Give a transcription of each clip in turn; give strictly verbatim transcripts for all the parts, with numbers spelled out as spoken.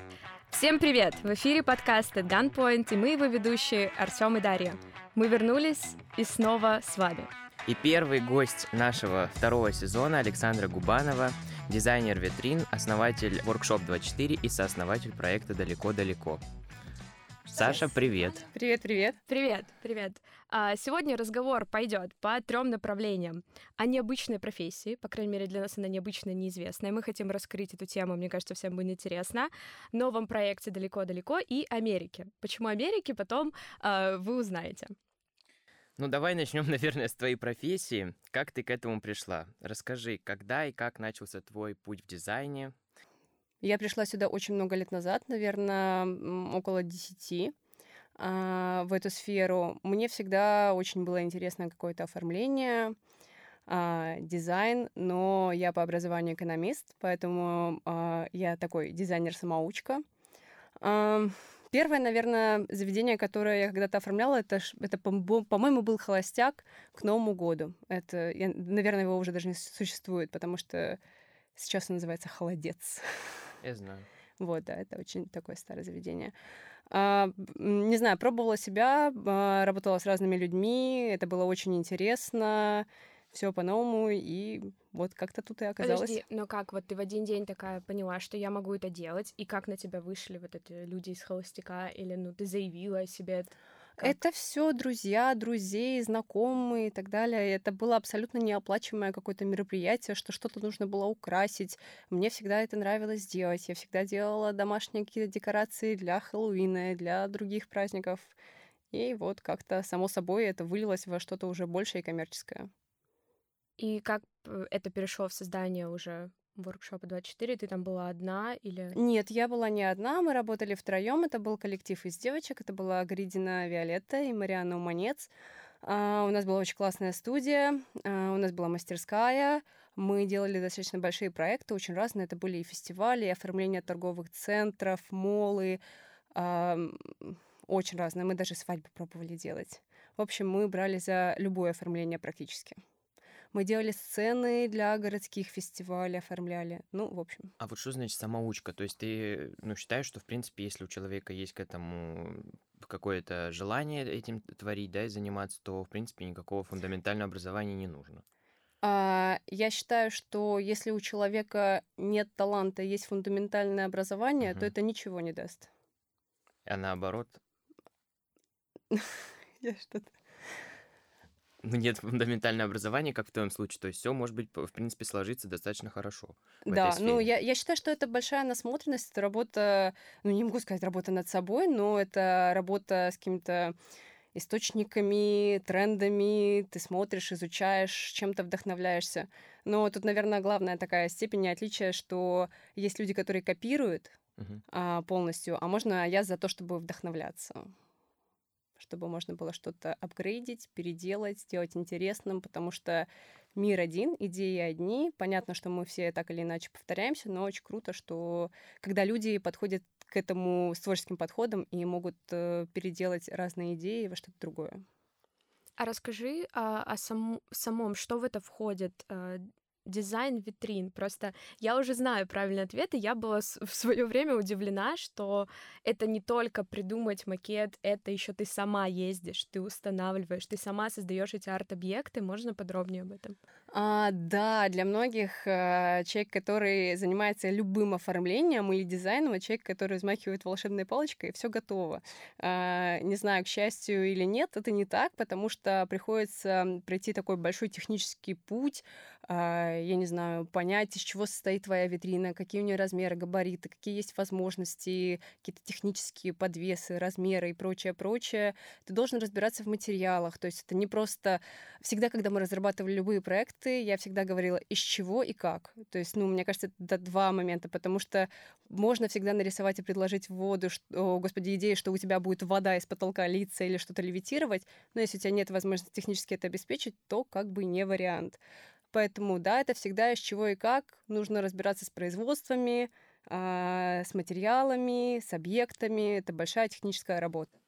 Всем привет! В эфире подкаста Gunpoint, и мы его ведущие Артём и Дарья. Мы вернулись и снова с вами. И первый гость нашего второго сезона Александра Губанова, дизайнер витрин, основатель Workshop двадцать четыре и сооснователь проекта «Далеко-далеко». Саша, привет. Привет, привет. Привет, привет. А, сегодня разговор пойдет по трем направлениям. О необычной профессии, по крайней мере, для нас она необычная, неизвестная. Мы хотим раскрыть эту тему, мне кажется, всем будет интересно. Новом проекте «Далеко-далеко» и Америке. Почему Америке, потом а, вы узнаете. Ну, давай начнем, наверное, с твоей профессии. Как ты к этому пришла? Расскажи, когда и как начался твой путь в дизайне? Я пришла сюда очень много лет назад, наверное, около десяти, в эту сферу. Мне всегда очень было интересно какое-то оформление, дизайн, но я по образованию экономист, поэтому я такой дизайнер-самоучка. Первое, наверное, заведение, которое я когда-то оформляла, это, это по-моему, был «Холостяк» к Новому году. Это, я, наверное, его уже даже не существует, потому что сейчас он называется «Холодец». Я знаю. Вот, да, это очень такое старое заведение. А, не знаю, пробовала себя, работала с разными людьми, это было очень интересно, все по-новому, и вот как-то тут и оказалось. Подожди, но как, вот ты в один день такая поняла, что я могу это делать, и как на тебя вышли вот эти люди из «Холостяка», или, ну, ты заявила о себе? Как? Это все друзья, друзей, знакомые и так далее. Это было абсолютно неоплачиваемое какое-то мероприятие, что что-то нужно было украсить. Мне всегда это нравилось делать. Я всегда делала домашние какие-то декорации для Хэллоуина, для других праздников. И вот как-то само собой это вылилось во что-то уже большее и коммерческое. И как это перешло в создание уже Workshop двадцать четыре? Ты там была одна или... Нет, я была не одна, мы работали втроем. Это был коллектив из девочек. Это была Гридина Виолетта и Марианна Уманец. Uh, у нас была очень классная студия, uh, у нас была мастерская. Мы делали достаточно большие проекты, очень разные. Это были и фестивали, и оформление торговых центров, моллы. Uh, очень разные. Мы даже свадьбы пробовали делать. В общем, мы брали за любое оформление практически. Мы делали сцены для городских фестивалей, оформляли. Ну, в общем. А вот что значит самоучка? То есть ты, ну, считаешь, что, в принципе, если у человека есть к этому какое-то желание этим творить, да, и заниматься, то, в принципе, никакого фундаментального образования не нужно? А, я считаю, что если у человека нет таланта, есть фундаментальное образование, Угу. то это ничего не даст. А наоборот? Я что-то... Нет фундаментального образования, как в твоем случае, то есть все может быть, в принципе, сложиться достаточно хорошо в Да, этой сфере. ну я, я считаю, что это большая насмотренность, это работа, ну не могу сказать работа над собой, но это работа с какими-то источниками, трендами, ты смотришь, изучаешь, чем-то вдохновляешься. Но тут, наверное, главная такая степень отличия, что есть люди, которые копируют Угу. а, полностью, а можно я за то, чтобы вдохновляться. Чтобы можно было что-то апгрейдить, переделать, сделать интересным, потому что мир один, идеи одни. Понятно, что мы все так или иначе повторяемся, но очень круто, что когда люди подходят к этому с творческим подходом и могут э, переделать разные идеи во что-то другое. А расскажи а, о сам, самом, что в это входит? Дизайн витрин. Просто я уже знаю правильный ответ, и я была в свое время удивлена, что это не только придумать макет, это еще ты сама ездишь, ты устанавливаешь, ты сама создаешь эти арт-объекты. Можно подробнее об этом? А, да, для многих э, человек, который занимается любым оформлением или дизайном, это человек, который взмахивает волшебной палочкой, и все готово. А, не знаю, к счастью или нет, это не так, потому что приходится пройти такой большой технический путь, а, я не знаю, понять, из чего состоит твоя витрина, какие у нее размеры, габариты, какие есть возможности, какие-то технические подвесы, размеры и прочее, прочее. Ты должен разбираться в материалах, то есть это не просто... Всегда, когда мы разрабатывали любые проекты, я всегда говорила, из чего и как. То есть, ну, мне кажется, это два момента, потому что можно всегда нарисовать и предложить в воду, что, о, господи, идея, что у тебя будет вода из потолка литься или что-то левитировать, но если у тебя нет возможности технически это обеспечить, то как бы не вариант. Поэтому, да, это всегда из чего и как. Нужно разбираться с производствами, с материалами, с объектами. Это большая техническая работа.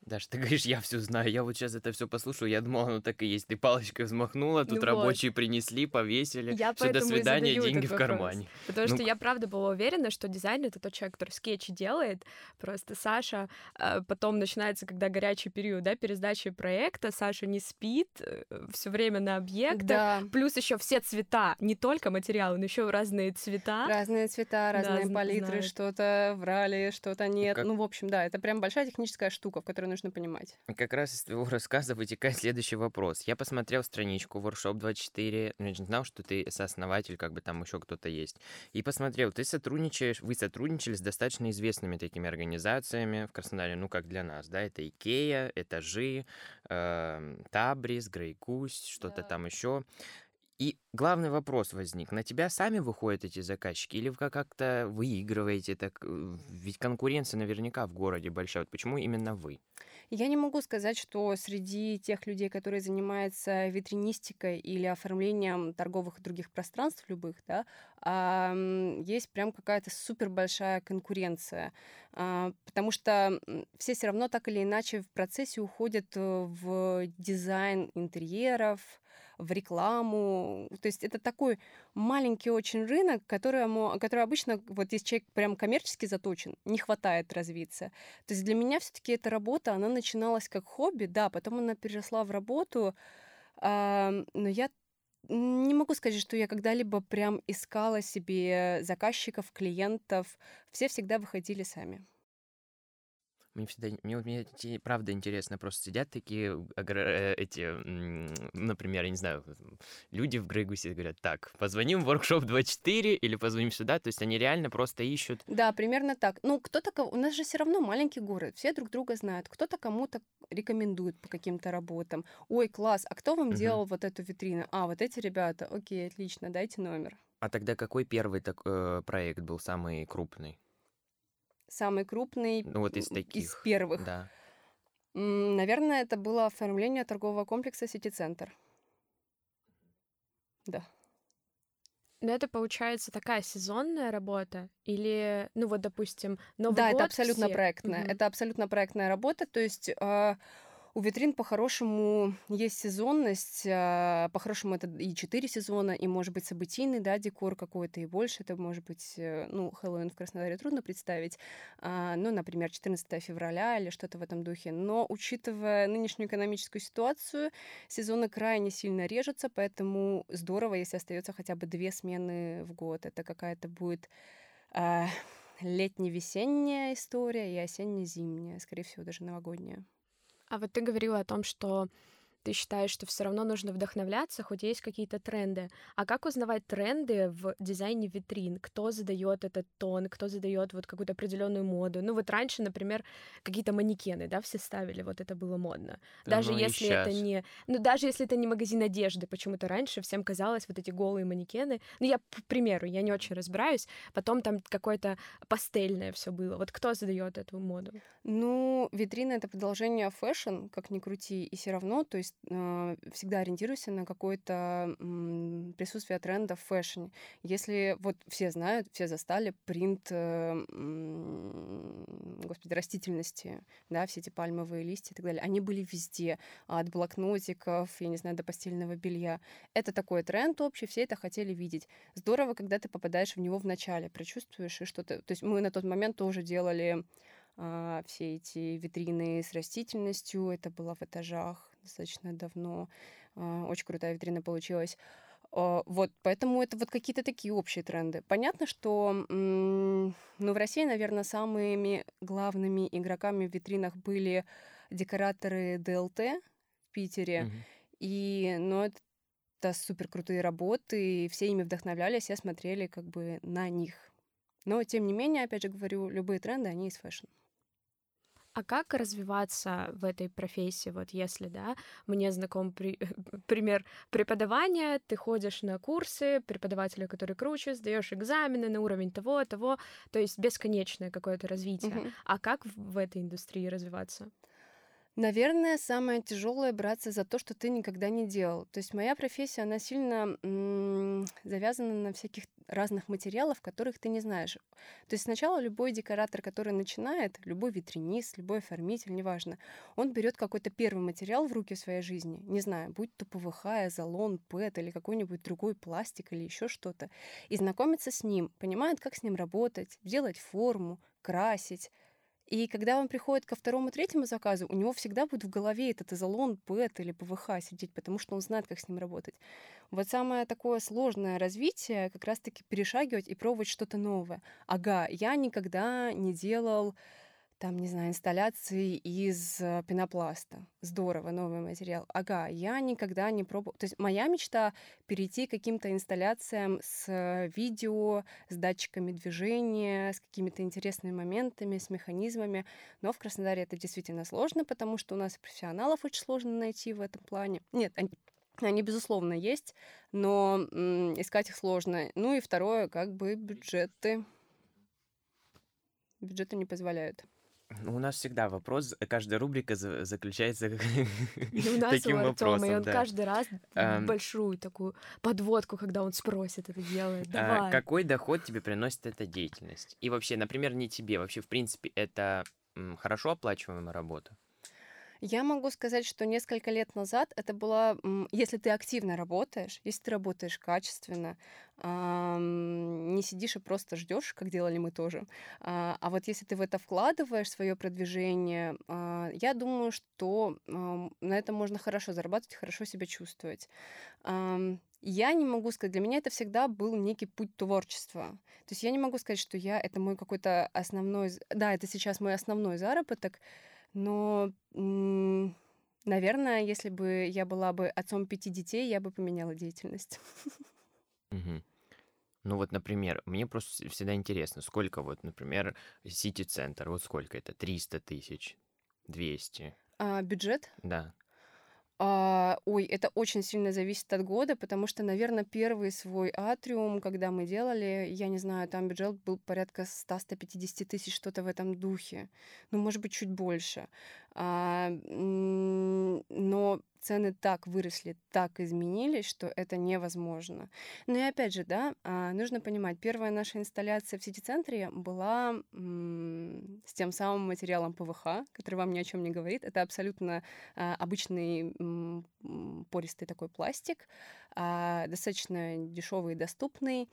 Даже ты говоришь, я все знаю, я вот сейчас это все послушаю, я думала, оно так и есть. Ты палочкой взмахнула, тут Ну вот. рабочие принесли, повесили, Я все, до поэтому и свидания, задаю деньги этот в вопрос. кармане. Потому Ну, что я правда была уверена, что дизайн — это тот человек, который скетчи делает. Просто Саша э, потом начинается, когда горячий период, да, пересдачи проекта, Саша не спит, все время на объектах, Да, плюс еще все цвета, не только материалы, но еще разные цвета. разные цвета, Да, разные зн- палитры, знает. что-то врали, что-то нет. как, Ну, в общем, да, это прям большая техническая штука, в которой нужно понимать. как раз из твоего рассказа вытекает следующий вопрос. Я посмотрел страничку Workshop двадцать четыре, ну, я не знал, что ты сооснователь, как бы там еще кто-то есть. И посмотрел, ты сотрудничаешь, вы сотрудничали с достаточно известными такими организациями в Краснодаре, ну, как для нас, да, это Икея, Этажи, э, Табрис, Грей Гусь, что-то Да. там еще. И главный вопрос возник. На тебя сами выходят эти заказчики или вы как- как-то выигрываете? Так, э, ведь конкуренция наверняка в городе большая. Вот почему именно вы? Я не могу сказать, что среди тех людей, которые занимаются витринистикой или оформлением торговых и других пространств любых, да, а, м, есть прям какая-то супер большая конкуренция, А, потому что м, все все равно так или иначе в процессе уходят э, в дизайн интерьеров, в рекламу. То есть это такой маленький очень рынок, которому, который обычно, вот если человек прям коммерчески заточен, не хватает развиться. То есть для меня все-таки эта работа, она начиналась как хобби, да, потом она переросла в работу, а, но я не могу сказать, что я когда-либо прям искала себе заказчиков, клиентов. Все всегда выходили сами. Мне всегда, мне, вот- мне те- правда интересно, просто сидят такие, агро- э, эти, м, например, я не знаю, м, люди в Грейгусе говорят, так, позвоним в Workshop двадцать четыре или позвоним сюда, то есть они реально просто ищут. Да, примерно так. Ну, кто-то, кого- у нас же все равно маленький город, все друг друга знают. Кто-то кому-то рекомендует по каким-то работам. Ой, класс, а кто вам Мгм. делал вот эту витрину? А, вот эти ребята. Окей, отлично, дайте номер. А тогда какой первый так, э, проект был самый крупный? Самый крупный Ну вот из м, из таких, первых. да. М, Наверное, это было оформление торгового комплекса «Сити-центр». Да. Но это получается такая сезонная работа? Или, ну вот, допустим, Новый Да, это год абсолютно все... проектная. Мгм. Это абсолютно проектная работа. То есть а, у витрин по-хорошему есть сезонность. а, По-хорошему это и четыре сезона, и может быть событийный, да, декор какой-то, и больше. Это может быть, э, ну, Хэллоуин в Краснодаре трудно представить. а, Ну, например, четырнадцатого февраля или что-то в этом духе. Но учитывая нынешнюю экономическую ситуацию, сезоны крайне сильно режутся, поэтому здорово, если остается хотя бы две смены в год. Это какая-то будет а, летне-весенняя история и осенне-зимняя, скорее всего, даже новогодняя. А вот ты говорила о том, что ты считаешь, что все равно нужно вдохновляться, хоть есть какие-то тренды. А как узнавать тренды в дизайне витрин? Кто задает этот тон, кто задает вот какую-то определенную моду? Ну вот раньше, например, какие-то манекены, да, все ставили, вот это было модно. Да, Даже ну и если это сейчас. не, ну даже если это не магазин одежды, почему-то раньше всем казалось вот эти голые манекены. Ну я, к примеру, я не очень разбираюсь. Потом там какое-то пастельное все было. Вот кто задает эту моду? Ну, витрина — это продолжение фэшн, как ни крути, и все равно, то есть э, всегда ориентируйся на какое-то м, присутствие тренда в фэшне. Если вот все знают, все застали принт, э, м, господи, растительности, да, все эти пальмовые листья и так далее, они были везде, от блокнотиков, я не знаю, до постельного белья. Это такой тренд общий, все это хотели видеть. Здорово, когда ты попадаешь в него в начале, прочувствуешь и что-то. То есть мы на тот момент тоже делали а, все эти витрины с растительностью. Это было в этажах достаточно давно. А, очень крутая витрина получилась. А, вот, поэтому это вот какие-то такие общие тренды. Понятно, что м, ну, в России, наверное, самыми главными игроками в витринах были декораторы ДЛТ в Питере. Мгм. И, ну, это это супер крутые работы, и все ими вдохновлялись, все смотрели как бы на них. Но, тем не менее, опять же говорю, любые тренды, они из фэшн. А как развиваться в этой профессии? Вот если, да, мне знаком при- пример преподавания, ты ходишь на курсы, преподавателя, который круче, сдаешь экзамены на уровень того, того, то есть бесконечное какое-то развитие. Мгм. А как в в этой индустрии развиваться? Наверное, самое тяжелое браться за то, что ты никогда не делал. То есть моя профессия, она сильно м, завязана на всяких разных материалах, которых ты не знаешь. То есть сначала любой декоратор, который начинает, любой витринист, любой оформитель, неважно, он берет какой-то первый материал в руки в своей жизни, не знаю, будь то П В Х, изолон, ПЭТ или какой-нибудь другой пластик или еще что-то, и знакомится с ним, понимает, как с ним работать, делать форму, красить. И когда он приходит ко второму, третьему заказу, у него всегда будет в голове этот изолон, ПЭТ или П В Х сидеть, потому что он знает, как с ним работать. Вот самое такое сложное развитие как раз-таки перешагивать и пробовать что-то новое. Ага, я никогда не делал там, не знаю, инсталляции из э, пенопласта. Здорово, новый материал. Ага, я никогда не пробовала. То есть моя мечта — перейти к каким-то инсталляциям с э, видео, с датчиками движения, с какими-то интересными моментами, с механизмами. Но в Краснодаре это действительно сложно, потому что у нас профессионалов очень сложно найти в этом плане. Нет, они, они безусловно, есть, но м, искать их сложно. Ну и второе, как бы бюджеты. Бюджеты не позволяют. Ну, у нас всегда вопрос, э, каждая рубрика за- заключается И у нас у таким Артема, и вопросом, он да. каждый раз Ам, большую такую подводку, когда он спросит, это делает. а, Давай. Какой доход тебе приносит эта деятельность? И вообще, например, не тебе, вообще, в принципе, это м, хорошо оплачиваемая работа? Я могу сказать, что несколько лет назад это была, м, если ты активно работаешь, если ты работаешь качественно, ам, не сидишь и просто ждешь, как делали мы тоже, а, а вот если ты в это вкладываешь свое продвижение, а, я думаю, что ам, на этом можно хорошо зарабатывать, хорошо себя чувствовать. Ам, Я не могу сказать, для меня это всегда был некий путь творчества. То есть я не могу сказать, что я это мой какой-то основной, з- да, это сейчас мой основной заработок, но, м, наверное, если бы я была бы отцом пяти детей, я бы поменяла деятельность. Мгм. Ну вот, например, мне просто вс- всегда интересно, сколько вот, например, Сити-центр, вот сколько это? Триста тысяч, двести, А бюджет? да. А, ой, это очень сильно зависит от года, потому что, наверное, первый свой атриум, когда мы делали, я не знаю, там бюджет был порядка ста-ста пятидесяти тысяч, что-то в этом духе. Ну, может быть, чуть больше. А, м, но цены так выросли, так изменились, что это невозможно. Ну и опять же, да, а, нужно понимать, первая наша инсталляция в сити-центре была м, с тем самым материалом П В Х, который вам ни о чем не говорит. Это абсолютно а, обычный м, м, пористый такой пластик, а, достаточно дешевый и доступный.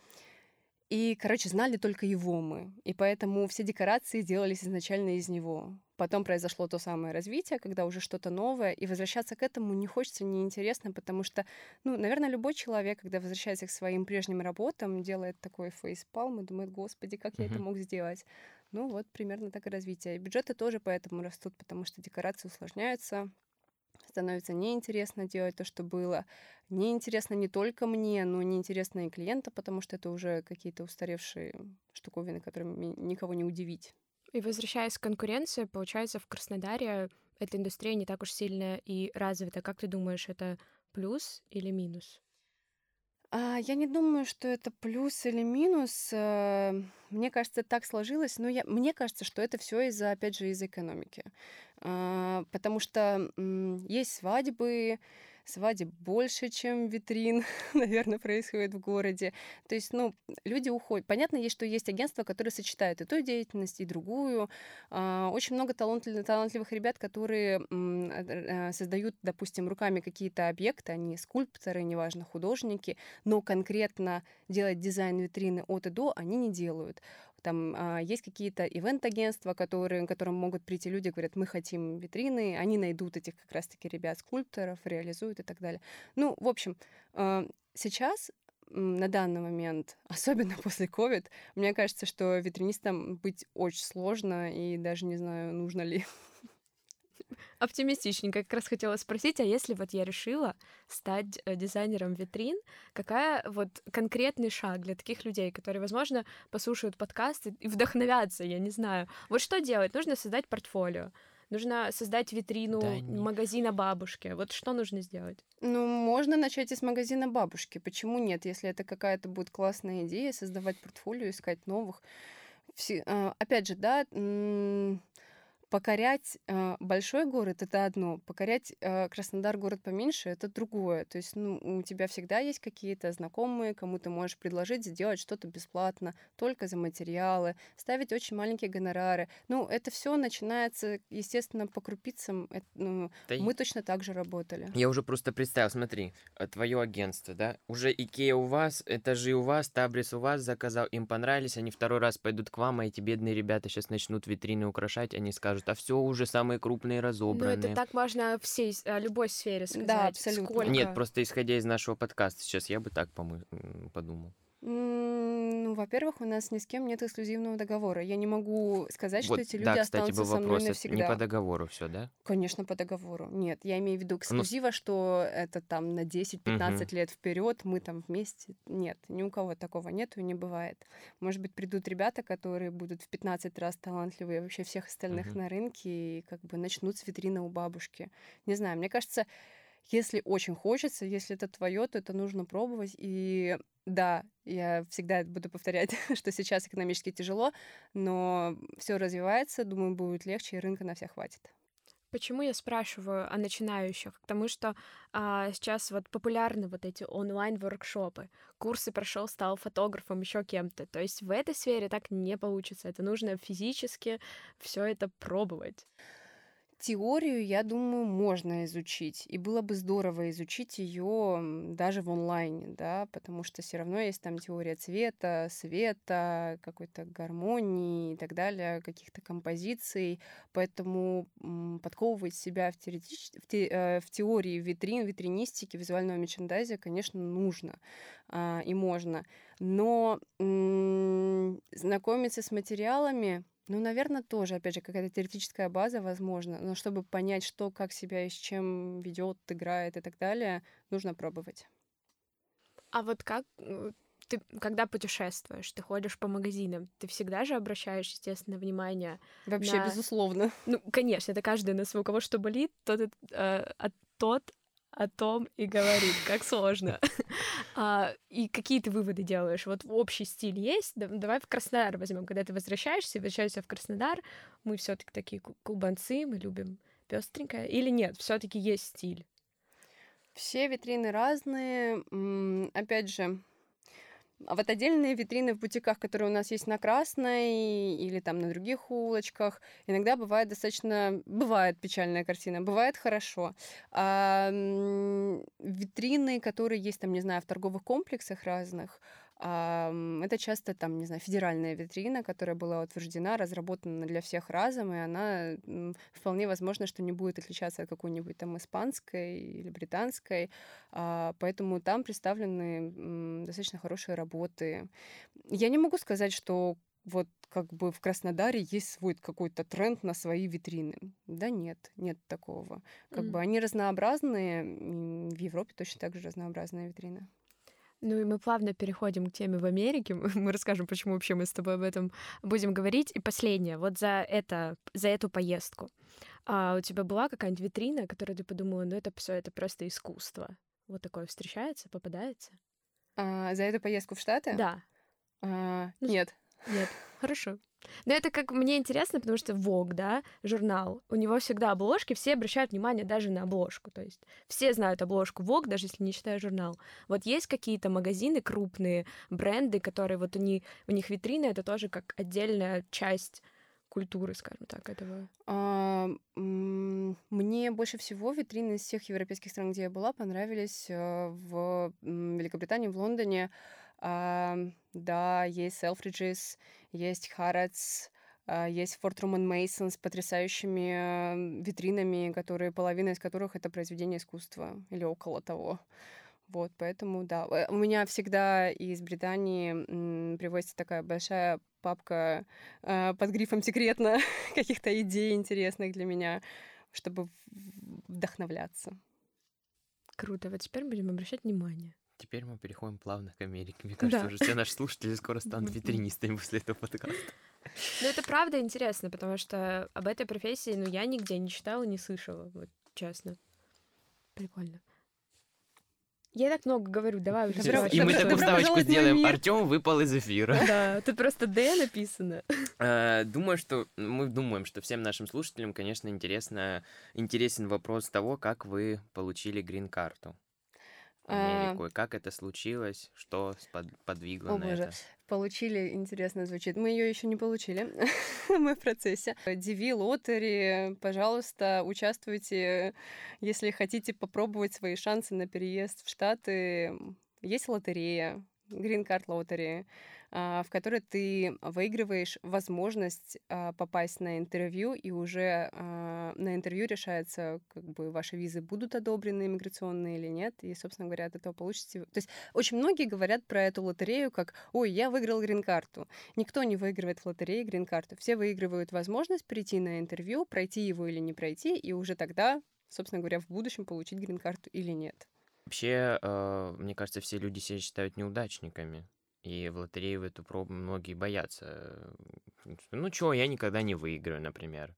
И, короче, знали только его мы. И поэтому все декорации делались изначально из него. Потом произошло то самое развитие, когда уже что-то новое, и возвращаться к этому не хочется, неинтересно, потому что, ну, наверное, любой человек, когда возвращается к своим прежним работам, делает такой фейспалм и думает, господи, как я это Мгм. мог сделать? Ну вот, примерно так и развитие. И бюджеты тоже поэтому растут, потому что декорации усложняются, становится неинтересно делать то, что было. Неинтересно не только мне, но неинтересно и клиенту, потому что это уже какие-то устаревшие штуковины, которыми никого не удивить. И возвращаясь к конкуренции, получается, в Краснодаре эта индустрия не так уж сильно и развита. Как ты думаешь, это плюс или минус? А, я не думаю, что это плюс или минус. Э, Мне кажется, так сложилось. Но я, мне кажется, что это все из-за, опять же, из-за экономики. А, Потому что м, есть свадьбы, свадеб больше, чем витрин, наверное, происходит в городе. То есть, ну, люди уходят. Понятно, есть, что есть агентства, которые сочетают и ту деятельность, и другую. А, Очень много талантлив- талантливых ребят, которые м, э, э, создают, допустим, руками какие-то объекты, они скульпторы, неважно, художники, но конкретно делать дизайн витрины от и до они не делают. Там а, есть какие-то ивент-агентства, которые, к которым могут прийти люди, говорят, мы хотим витрины, они найдут этих как раз-таки ребят-скульпторов, реализуют и так далее. Ну, в общем, а, сейчас м, на данный момент, особенно после COVID, мне кажется, что витринистам быть очень сложно, и даже не знаю, нужно ли. Оптимистичненько. Как раз хотела спросить, а если вот я решила стать э, дизайнером витрин, какая вот конкретный шаг для таких людей, которые, возможно, послушают подкасты и вдохновятся, я не знаю. Вот что делать? Нужно создать портфолио, нужно создать Да витрину не. магазина бабушки. Вот что нужно сделать? Ну, можно начать и с магазина бабушки. Почему нет? Если это какая-то будет классная идея, создавать портфолио, искать новых. Все- а, опять же, да, м, покорять э, большой город — это одно, покорять э, Краснодар, город поменьше — это другое. То есть, ну, у тебя всегда есть какие-то знакомые, кому ты можешь предложить сделать что-то бесплатно, только за материалы, ставить очень маленькие гонорары. Ну, это все начинается, естественно, по крупицам. Это, ну, Да мы точно так же работали. я уже просто представил, смотри, э, твое агентство, да, уже Икея у вас, этажи у вас, Табрис у вас заказал, им понравились, они второй раз пойдут к вам, а эти бедные ребята сейчас начнут витрины украшать, они скажут, а все уже самые крупные Ну, это разобранные. так можно всей, с- а, любой сфере Да, сказать. абсолютно. Нет, Сколько... просто исходя из нашего подкаста сейчас, я бы так помы- м, подумал. М, Ну, во-первых, у нас ни с кем нет эксклюзивного договора. Я не могу сказать, что Вот, эти да, люди кстати, останутся был со мной вопрос, это не навсегда. по договору все, да? Конечно, по договору. Нет, я имею в виду Ну, с- эксклюзива, что это там на Мгм. десять-пятнадцать лет вперед, мы там вместе. Нет, ни у кого такого нету и не бывает. Может быть, придут ребята, которые будут в пятнадцать раз талантливее вообще всех остальных Мгм. на рынке и как бы начнут с витрины у бабушки. Не знаю, мне кажется, если очень хочется, если это твое, то это нужно пробовать. И да, я всегда буду повторять, что сейчас экономически тяжело, но все развивается, думаю, будет легче, и рынка на всех хватит. Почему я спрашиваю о начинающих? Потому что а, сейчас вот популярны вот эти онлайн-воркшопы. Курсы прошел, стал фотографом, еще кем-то. То есть в этой сфере так не получится. Это нужно физически все это пробовать. Теорию, я думаю, можно изучить, и было бы здорово изучить ее даже в онлайне, да, потому что все равно есть там теория цвета, света, какой-то гармонии и так далее, каких-то композиций, поэтому м, подковывать себя в, теоретич... в, те- э, в теории витрин, витринистики, визуального мерчендайза, конечно, нужно а, и можно, но м, знакомиться с материалами, ну, наверное, тоже, опять же, какая-то теоретическая база, возможно, но чтобы понять, что, как себя и с чем ведет, играет и так далее, нужно пробовать. А вот как э, ты, когда путешествуешь, ты ходишь по магазинам, ты всегда же обращаешь, естественно, внимание Вообще, на... безусловно. Ну, конечно, это каждый на свой, у кого что болит, тот, и- э, а тот о том и говорит, как сложно. А, и какие ты выводы делаешь? Вот общий стиль есть? Да- Давай в Краснодар возьмем. Когда ты возвращаешься, возвращаешься в Краснодар, мы все таки такие ку- кубанцы, мы любим пестренькое. Или нет, все таки есть стиль? Все витрины разные. М, Опять же, а вот отдельные витрины в бутиках, которые у нас есть на Красной или там на других улочках, иногда бывает достаточно... Бывает печальная картина, бывает хорошо. А м, витрины, которые есть там, не знаю, в торговых комплексах разных, а, м, это часто там, не знаю, федеральная витрина, которая была утверждена, разработана для всех разом, и она м, вполне возможно, что не будет отличаться от какой-нибудь там испанской или британской. А, поэтому там представлены м, достаточно хорошие работы. Я не могу сказать, что вот как бы в Краснодаре есть свой какой-то тренд на свои витрины. Да нет, нет такого. Как бы М. они разнообразные, м, в Европе точно так же разнообразные витрины. Ну и мы плавно переходим к теме в Америке. Мы расскажем, почему вообще мы с тобой об этом будем говорить. И последнее, вот за это, за эту поездку. А у тебя была какая-нибудь витрина, которую ты подумала, ну это все, это просто искусство? Вот такое встречается, попадается? А, за эту поездку в Штаты? Да. А, Ну, с- нет. нет. Хорошо. Но это как мне интересно, потому что Vogue, да, журнал, у него всегда обложки, все обращают внимание даже на обложку. То есть все знают обложку Vogue, даже если не читают журнал. Вот есть какие-то магазины крупные, бренды, которые вот у них, у них витрина, это тоже как отдельная часть культуры, скажем так, этого. А, м, Мне больше всего витрины из всех европейских стран, где я была, понравились э, в м, Великобритании, в Лондоне. А, Да, есть Selfridges, есть Harrods, а, есть Fortnum and Mason с потрясающими э, витринами, которые, половина из которых это произведение искусства или около того. Вот, поэтому, да. Э, У меня всегда из Британии м, привозится такая большая папка э, под грифом «секретно» каких-то идей интересных для меня, чтобы в- вдохновляться. Круто. Вот теперь будем обращать внимание. Теперь мы переходим плавно к Америке. Мне кажется, Да. уже все наши слушатели скоро станут витринистами после этого подкаста. Но это правда интересно, потому что об этой профессии, ну, я нигде не читала, не слышала, вот честно. Прикольно. Я так много говорю, давай уже. Добро- И мы добро- такую добро вставочку пожаловать в мой сделаем. мир. Артем выпал из эфира. Да, тут просто Д написано. Э, Думаю, что мы думаем, что всем нашим слушателям, конечно, интересно, интересен вопрос того, как вы получили грин-карту в А, Америку, и как это случилось, что спод- подвигло О на боже, это. получили, интересно звучит. Мы ее еще не получили, мы в процессе. ди ви Lottery, пожалуйста, участвуйте, если хотите попробовать свои шансы на переезд в Штаты. Есть лотерея, Green Card Lottery, а, в которой ты выигрываешь возможность а, попасть на интервью, и уже а, на интервью решается, как бы ваши визы будут одобрены иммиграционные или нет, и, собственно говоря, от этого получите... То есть очень многие говорят про эту лотерею как «Ой, я выиграл грин-карту». Никто не выигрывает в лотерее грин-карту. Все выигрывают возможность прийти на интервью, пройти его или не пройти, и уже тогда, собственно говоря, в будущем получить грин-карту или нет. Вообще, э, мне кажется, все люди себя считают неудачниками. И в лотерею в эту пробу многие боятся. Э, Ну чё, я никогда не выиграю, например.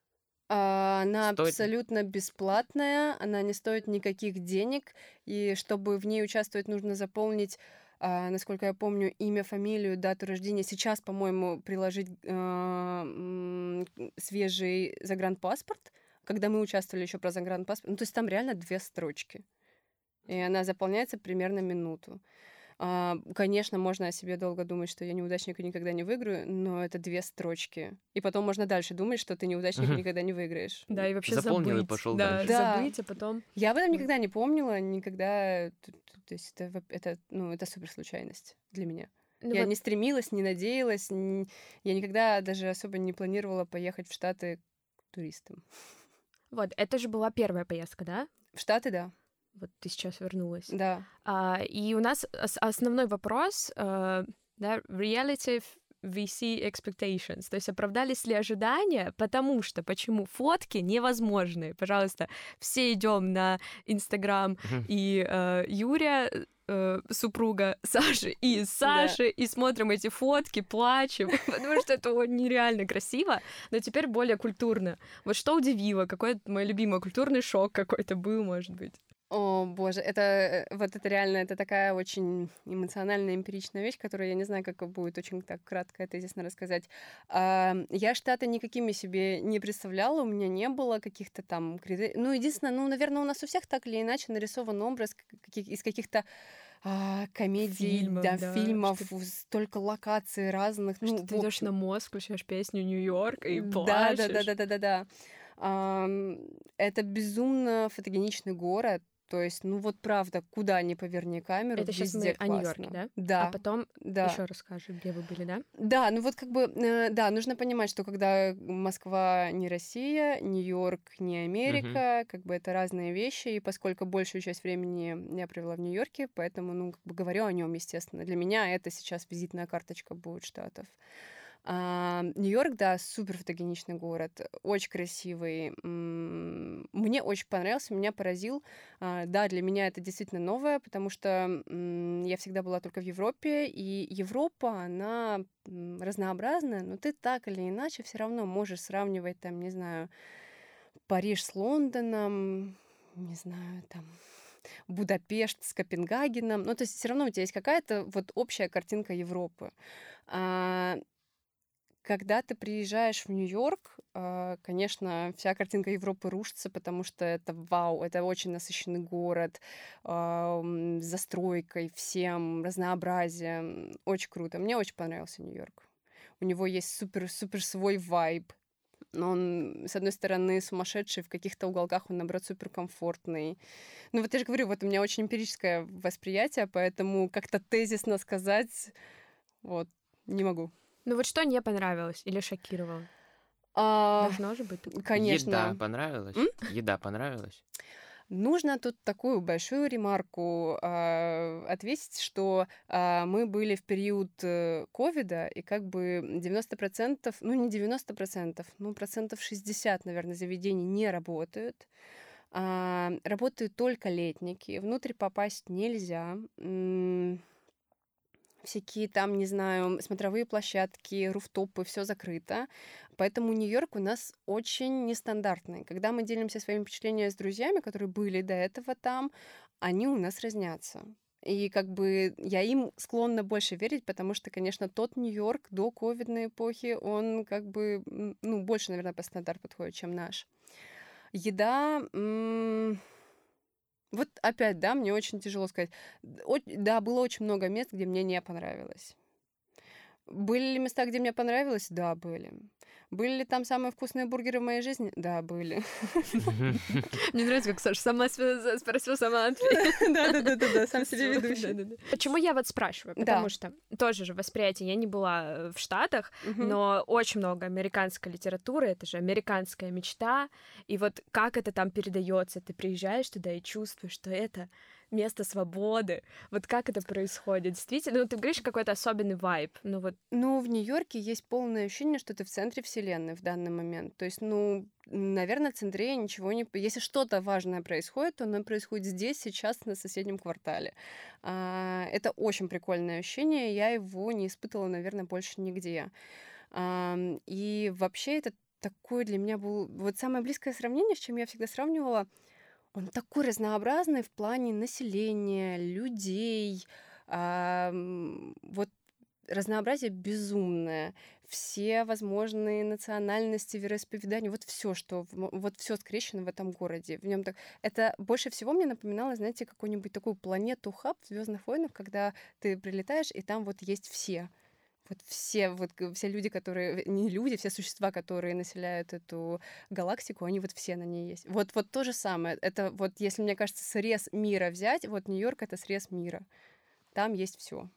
А, Она Стоит... абсолютно бесплатная, она не стоит никаких денег, и чтобы в ней участвовать, нужно заполнить, а, насколько я помню, имя, фамилию, дату рождения. Сейчас, по-моему, приложить а, м, свежий загранпаспорт, когда мы участвовали еще про загранпаспорт. Ну, то есть там реально две строчки, и она заполняется примерно минуту. А, Конечно, можно о себе долго думать, что я неудачник и никогда не выиграю, но это две строчки. И потом можно дальше думать, что ты неудачник и Мгм. никогда не выиграешь. Да, и вообще Заполнил и забыть. пошел Да, дальше. Да. забыть, а потом... Я об этом Вот. никогда не помнила, никогда... т- т- То есть это, во- это, ну, это супер случайность для меня. Ну Я вот, не стремилась, не надеялась, н- я никогда даже особо не планировала поехать в Штаты туристом. вот, это же была первая поездка, да? В Штаты, да. Вот ты сейчас вернулась. Да. А, и у нас ос- основной вопрос, э, да, relative ви си expectations, то есть оправдались ли ожидания, потому что, почему фотки невозможны. Пожалуйста, все идем на Инстаграм Мгм. и э, Юрия, э, супруга Саши, и Саши, и смотрим эти фотки, плачем, потому что это о, нереально красиво, но теперь более культурно. Вот что удивило, какой мой любимый культурный шок какой-то был, может быть. О, боже, это э, вот это реально, это такая очень эмоциональная, эмпиричная вещь, которую я не знаю, как будет очень так кратко и тезисно рассказать. А, Я Штаты никакими себе не представляла, у меня не было каких-то там критериев. Ну, единственное, ну, наверное, у нас у всех так или иначе нарисован образ к- каких- из каких-то а, комедий, Фильмов, да, да, фильмов, что- столько локаций разных. Ну, Что ты в идешь общем, на мост, включаешь песню Нью-Йорк и да, да, да, плачешь. да, да, да, да. Ам, Это безумно фотогеничный город. То есть, ну вот правда, куда ни поверни камеру, Это сейчас везде мы о Нью-Йорке, классно. да? А Да, потом да. еще расскажи, где вы были, да? Да, ну вот как бы, э, да, нужно понимать, что когда Москва не Россия, Нью-Йорк не Мгм. Америка, как бы это разные вещи, и поскольку большую часть времени я провела в Нью-Йорке, поэтому, ну, как бы говорю о нем, естественно. Для меня это сейчас визитная карточка будет Штатов. А, Нью-Йорк, да, супер фотогеничный город, очень красивый. М, Мне очень понравился, меня поразил. А, Да, для меня это действительно новое, потому что м, я всегда была только в Европе, и Европа, она м, разнообразная, но ты так или иначе все равно можешь сравнивать, там, не знаю, Париж с Лондоном, не знаю, там, Будапешт с Копенгагеном. Ну, то есть все равно у тебя есть какая-то вот общая картинка Европы. А, Когда ты приезжаешь в Нью-Йорк, а, конечно, вся картинка Европы рушится, потому что это вау, это очень насыщенный город, а, м, с застройкой, всем, разнообразием. Очень круто. Мне очень понравился Нью-Йорк. У него есть супер-супер свой вайб. Но он, с одной стороны, сумасшедший, в каких-то уголках он, наоборот, суперкомфортный. Ну вот я же говорю, вот у меня очень эмпирическое восприятие, поэтому как-то тезисно сказать, вот, не могу. Ну вот что не понравилось или шокировало? А, Должно же быть такое. Еда Конечно. понравилась? М? Еда понравилась? Нужно тут такую большую ремарку а, ответить, что а, мы были в период э, ковида, и как бы девяносто процентов, ну не девяносто процентов, ну процентов шестьдесят, наверное, заведений не работают. А, работают только летники, внутрь попасть нельзя. всякие там, не знаю, смотровые площадки, руфтопы, все закрыто. Поэтому Нью-Йорк у нас очень нестандартный. Когда мы делимся своими впечатлениями с друзьями, которые были до этого там, они у нас разнятся. И как бы я им склонна больше верить, потому что, конечно, тот Нью-Йорк до ковидной эпохи, он как бы, м, ну, больше, наверное, по стандарт подходит, чем наш. Еда... м, Вот опять, да, мне очень тяжело сказать. О- Да, было очень много мест, где мне не понравилось. Были ли места, где мне понравилось? Да, были. Были ли там самые вкусные бургеры в моей жизни? Да, были. Мне нравится, как Саша сама сп- спросила, сама ответила. Да-да-да-да, сам себе ведущий. Да-да-да. Почему я вот спрашиваю? Потому Да. что тоже же восприятие, я не была э, в Штатах, Мгм. но очень много американской литературы, это же американская мечта, и вот как это там передается, ты приезжаешь туда и чувствуешь, что это место свободы, вот как это происходит, действительно, ну ты говоришь, какой-то особенный вайб, ну вот. Ну, в Нью-Йорке есть полное ощущение, что ты в центре вселенной в данный момент. То есть, ну, наверное, в центре ничего не... Если что-то важное происходит, то оно происходит здесь, сейчас, на соседнем квартале. А, Это очень прикольное ощущение, я его не испытывала, наверное, больше нигде. Ам, И вообще это такое для меня был... Вот самое близкое сравнение, с чем я всегда сравнивала, он такой разнообразный в плане населения, людей, ам, вот разнообразие безумное, все возможные национальности, вероисповедания, вот все, что в мо- вот все скрещено в этом городе. В нем так это больше всего мне напоминало, знаете, какую-нибудь такую планету хаб в Звездных войнах, когда ты прилетаешь и там вот есть все. Вот все, вот г- все люди, которые... Не люди, все существа, которые населяют эту галактику, они вот все на ней есть. Вот, вот то же самое. Это вот, если, мне кажется, срез мира взять, вот Нью-Йорк — это срез мира. Там есть все.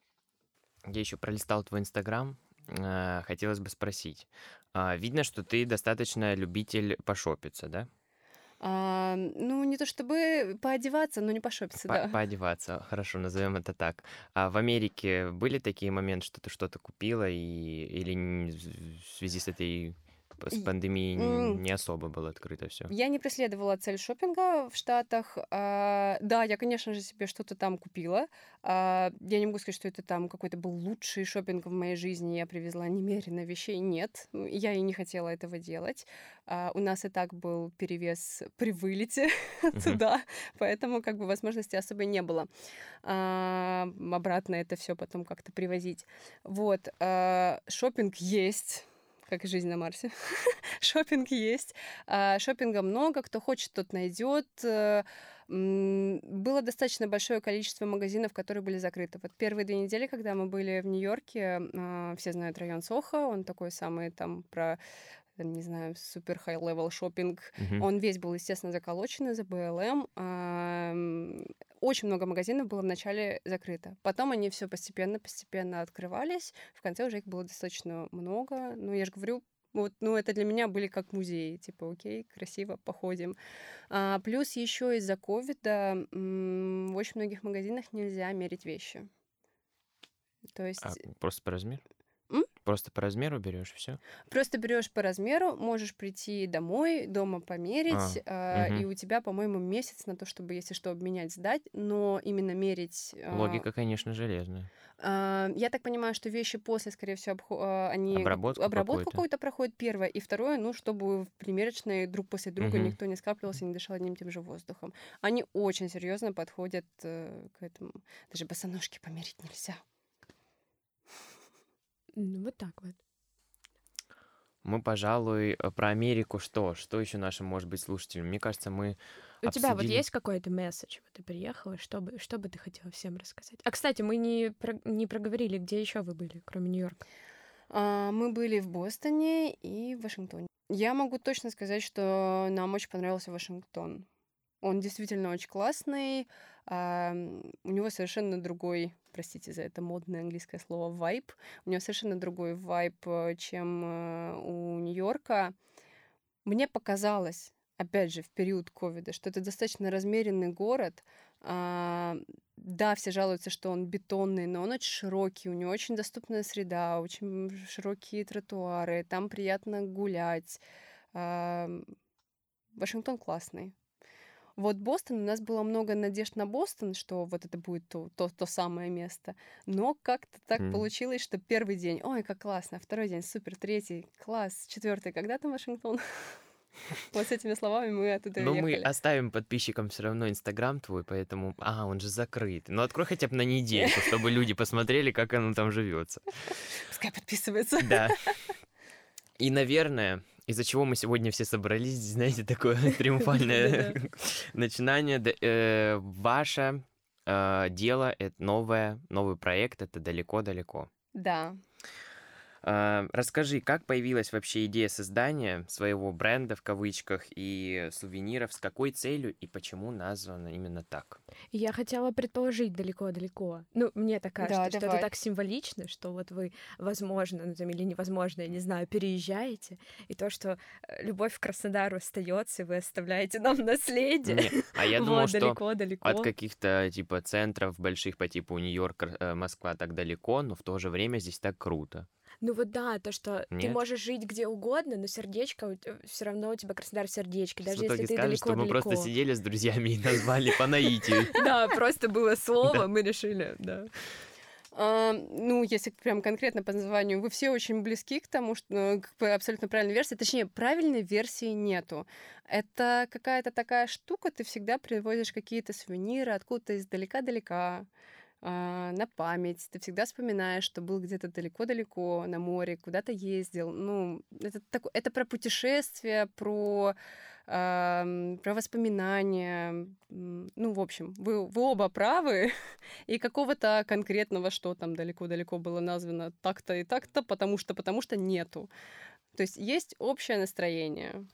Я еще пролистал твой Инстаграм. а, Хотелось бы спросить. А, Видно, что ты достаточно любитель пошопиться, да? А, ну, не то чтобы поодеваться, но не пошопиться, По- да. Поодеваться, хорошо, назовем это так. А в Америке были такие моменты, что ты что-то купила, и или н- в связи с этой п- с И, пандемией м, не особо было открыто все? Я не преследовала цель шопинга в Штатах. А, да, я, конечно же, себе что-то там купила. А, я не могу сказать, что это там какой-то был лучший шопинг в моей жизни. Я привезла немерено вещей. Нет, м, я и не хотела этого делать. А, у нас и так был перевес при вылете туда, поэтому как бы возможности особо не было. А, обратно это все потом как-то привозить. Вот. А, шопинг есть. Как и жизнь на Марсе. Шопинг есть. А, Шопинга много. Кто хочет, тот найдет. Э, м, Было достаточно большое количество магазинов, которые были закрыты. Вот первые две недели, когда мы были в Нью-Йорке, а, все знают район Сохо, он такой самый там про, э, не знаю, супер high-level шопинг. Мгм. Он весь был, естественно, заколочен из-за бэ эл эм. А, м, Очень много магазинов было вначале закрыто. Потом они все постепенно-постепенно открывались. В конце уже их было достаточно много. Ну, я же говорю, вот, ну, это для меня были как музеи. Типа, окей, красиво, походим. А, плюс еще из-за ковида м, в очень многих магазинах нельзя мерить вещи. То А есть просто по размеру? м, Просто по размеру берешь все? просто берешь по размеру, можешь прийти домой, дома померить, А, а, и мгм. у тебя, по-моему, месяц на то, чтобы, если что, обменять, сдать. Но именно мерить... а, Логика, конечно, железная. а, Я так понимаю, что вещи после, скорее всего, обхо- а, они Обработку обработку какую-то. какую-то проходят, первое. И второе, ну, чтобы в примерочной друг после друга Мгм. никто не скапливался, не дышал одним и тем же воздухом. Они очень серьезно подходят э, к этому. Даже босоножки померить нельзя. Ну, вот так вот. Мы, пожалуй, э, про Америку что? Что еще нашим, может быть, слушателям? Мне кажется, мы У тебя вот обсудили... есть какой-то месседж? Вот ты приехала, что бы, что бы ты хотела всем рассказать? А, кстати, мы не, про- не проговорили, где еще вы были, кроме Нью-Йорка. А, Мы были в Бостоне и в Вашингтоне. Я могу точно сказать, что нам очень понравился Вашингтон. Он действительно очень классный. а, м, У него совершенно другой, простите за это модное английское слово, вайб. У него совершенно другой вайб, э, чем э, у Нью-Йорка. Мне показалось, опять же, в период ковида, что это достаточно размеренный город. А, Да, все жалуются, что он бетонный, но он очень широкий, у него очень доступная среда, очень широкие тротуары, там приятно гулять. А, Вашингтон классный. Вот Бостон, у нас было много надежд на Бостон, что вот это будет то, то, то самое место. Но как-то так М. получилось, что первый день, ой, как классно, второй день, супер, третий, класс, четвертый, когда там Вашингтон? Вот с этими словами мы оттуда Но мы уехали. оставим подписчикам все равно Инстаграм твой, поэтому... А, он же закрыт. Ну, открой хотя бы на недельку, чтобы люди посмотрели, как оно там живется. Пускай подписывается. Да. И, наверное, из-за чего мы сегодня все собрались, знаете, такое триумфальное Да-да. начинание. Д- э, Ваше э, дело, это новое, новый проект, это далеко-далеко. Да. А, Расскажи, как появилась вообще идея создания своего бренда в кавычках и сувениров, с какой целью и почему названо именно так? И я хотела предположить далеко-далеко. Ну, мне так Да, кажется, что это давай. так символично, что вот вы, возможно, ну там или невозможно, я не знаю, переезжаете, и то, что э, любовь к Краснодару остается, и вы оставляете нам наследие. Не, а я думал, Вот, что от далеко-далеко. каких-то типа центров больших по типу Нью-Йорк, э, Москва так далеко, но в то же время здесь так круто. Ну вот да, то, что ты Нет? можешь жить где угодно, но сердечко, все равно у тебя Краснодар в сердечке, Сейчас в даже если итоге ты скажешь, что мы просто далеко-далеко. сидели с друзьями и назвали по наитию. Да, просто было слово, Да. мы решили, да. А, ну, если прям конкретно по названию, вы все очень близки к тому, что э, к п- абсолютно правильной версии. Точнее, правильной версии нету. Это какая-то такая штука, ты всегда привозишь какие-то сувениры откуда-то издалека-далека, а, на память. Ты всегда вспоминаешь, что был где-то далеко-далеко на море, куда-то ездил. Ну, это, тако- это про путешествия, про, ам, про воспоминания. М, Ну, в общем, вы, вы оба правы. И какого-то конкретного, что там далеко-далеко было названо так-то и так-то, потому что, потому что нету. То есть есть общее настроение.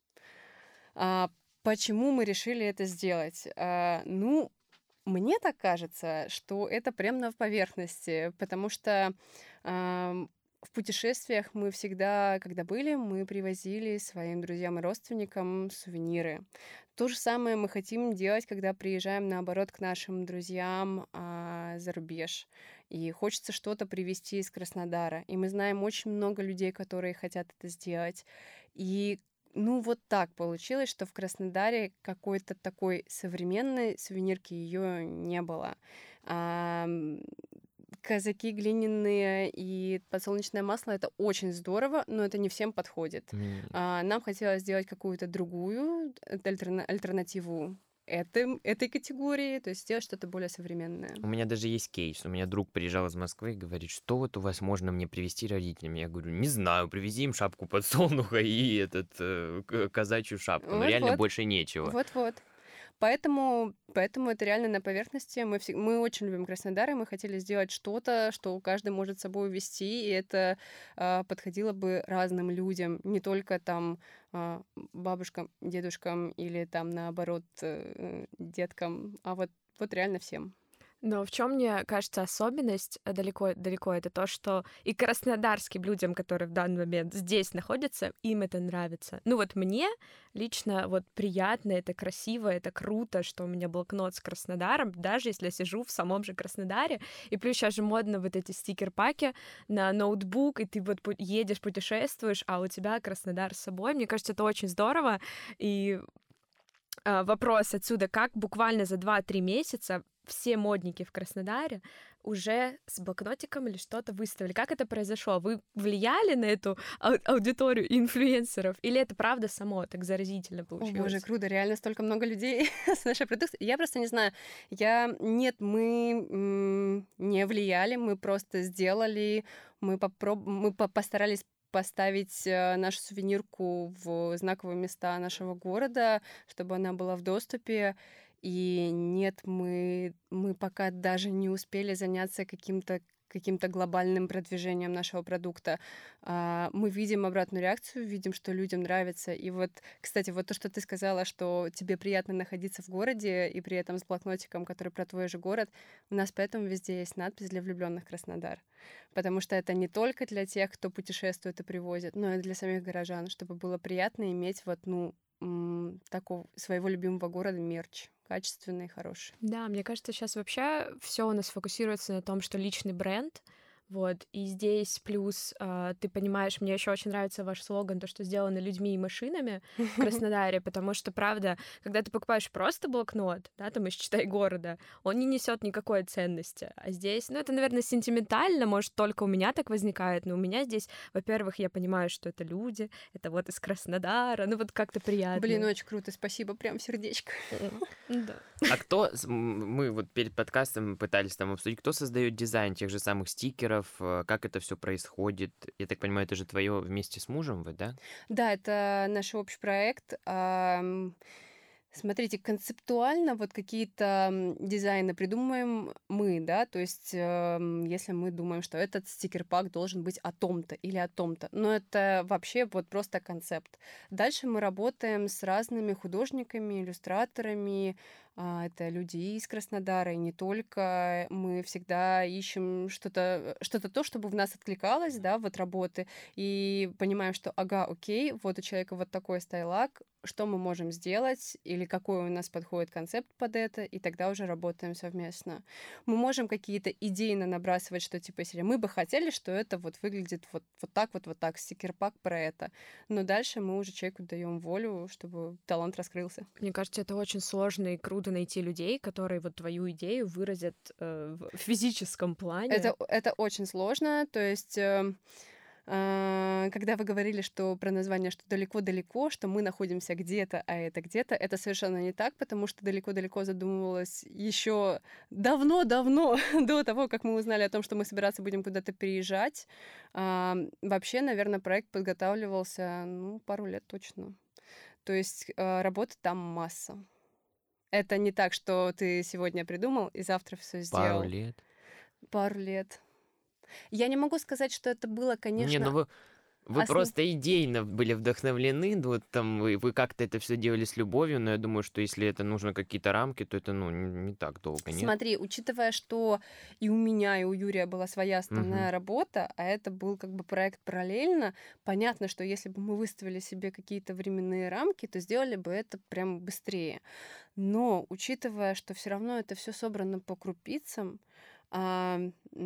А, почему мы решили это сделать? А, ну, мне так кажется, что это прям на поверхности, потому что ам, в путешествиях мы всегда, когда были, мы привозили своим друзьям и родственникам сувениры. То же самое мы хотим делать, когда приезжаем, наоборот, к нашим друзьям а, за рубеж. И хочется что-то привезти из Краснодара. И мы знаем очень много людей, которые хотят это сделать. И ну, вот так получилось, что в Краснодаре какой-то такой современной сувенирки ее не было. Ам, Казаки глиняные и подсолнечное масло — это очень здорово, но это не всем подходит. М, А, Нам хотелось сделать какую-то другую э, альтерна- альтернативу этой, этой категории, то есть сделать что-то более современное. У меня даже есть кейс. У меня друг приезжал из Москвы и говорит, что вот у вас можно мне привезти родителям? Я говорю, не знаю, привези им шапку подсолнуха и этот э, к- казачью шапку. Но реально Вот-вот, больше нечего. вот-вот. Поэтому, поэтому это реально на поверхности. Мы, всег- мы очень любим Краснодар, и мы хотели сделать что-то, что каждый может с собой увезти, и это а, подходило бы разным людям, не только там а, бабушкам, дедушкам или там наоборот э, деткам, а вот, вот реально всем. Но в чем мне кажется особенность э, далеко-далеко, это то, что и краснодарским людям, которые в данный момент здесь находятся, им это нравится. Ну вот мне лично вот приятно, это красиво, это круто, что у меня блокнот с Краснодаром, даже если я сижу в самом же Краснодаре. И плюс сейчас же модно вот эти стикер-паки на ноутбук, и ты вот пу- едешь, путешествуешь, а у тебя Краснодар с собой. Мне кажется, это очень здорово. И а, вопрос отсюда, как буквально за два-три месяца все модники в Краснодаре уже с блокнотиком или что-то выставили. Как это произошло? Вы влияли на эту ау- аудиторию инфлюенсеров? Или это правда само так заразительно О боже, получилось? круто, реально столько много людей с нашей продукцией. Я просто не знаю, я... Нет, мы м, не влияли, мы просто сделали, мы, попроб... мы по- постарались поставить э, нашу сувенирку в знаковые места нашего города, чтобы она была в доступе. И нет, мы, мы пока даже не успели заняться каким-то каким-то глобальным продвижением нашего продукта. А, Мы видим обратную реакцию, видим, что людям нравится. И вот, кстати, вот то, что ты сказала, что тебе приятно находиться в городе и при этом с блокнотиком, который про твой же город, у нас поэтому везде есть надпись «Для влюбленных Краснодар». Потому что это не только для тех, кто путешествует и привозит, но и для самих горожан, чтобы было приятно иметь вот, ну, м, такого своего любимого города мерч. Качественный, хороший. Да, мне кажется, сейчас вообще все у нас фокусируется на том, что личный бренд, Вот, и здесь плюс э, ты понимаешь, мне еще очень нравится ваш слоган, то, что сделано людьми и машинами в Краснодаре, потому что, правда, когда ты покупаешь просто блокнот, да, там из «Читай города», он не несет никакой ценности. А здесь, ну, это, наверное, сентиментально, может, только у меня так возникает, но у меня здесь, во-первых, я понимаю, что это люди, это вот из Краснодара, ну, вот как-то приятно. Блин, очень круто, спасибо, прям сердечко. Да. А кто, мы вот перед подкастом пытались там обсудить, кто создает дизайн тех же самых стикеров, как это все происходит? Я так понимаю, это же твое вместе с мужем, вы, да? Да, это наш общий проект. Смотрите, концептуально вот какие-то дизайны придумаем мы, да, то есть э, если мы думаем, что этот стикер-пак должен быть о том-то или о том-то, но это вообще вот просто концепт. Дальше мы работаем с разными художниками, иллюстраторами, а, это люди из Краснодара, и не только. Мы всегда ищем что-то, что-то то, чтобы в нас откликалось, да, вот работы, и понимаем, что, ага, окей, вот у человека вот такой стайлак, что мы можем сделать, или какой у нас подходит концепт под это, и тогда уже работаем совместно. Мы можем какие-то идейно набрасывать, что типа, если мы бы хотели, что это вот выглядит вот, вот так вот, вот так, стикер-пак про это. Но дальше мы уже человеку даем волю, чтобы талант раскрылся. Мне кажется, это очень сложно и круто найти людей, которые вот твою идею выразят э, в физическом плане. Это, это очень сложно, то есть... Э, когда вы говорили, что про название, что далеко-далеко, что мы находимся где-то, а это где-то, это совершенно не так, потому что далеко-далеко задумывалось еще давно-давно, до того, как мы узнали о том, что мы собираться будем куда-то переезжать. А, вообще, наверное, проект подготавливался, ну, пару лет точно. То есть а, работы там масса. Это не так, что ты сегодня придумал и завтра все сделал. Пару лет. Пару лет. Я не могу сказать, что это было, конечно... Не, ну вы, вы Основ- просто идейно были вдохновлены, ну, вот там вы, вы как-то это все делали с любовью, но я думаю, что если это нужно какие-то рамки, то это, ну, не, не так долго, нет? Смотри, учитывая, что и у меня, и у Юрия была своя основная Мгм. работа, а это был как бы проект параллельно, понятно, что если бы мы выставили себе какие-то временные рамки, то сделали бы это прям быстрее. Но учитывая, что все равно это все собрано по крупицам, а,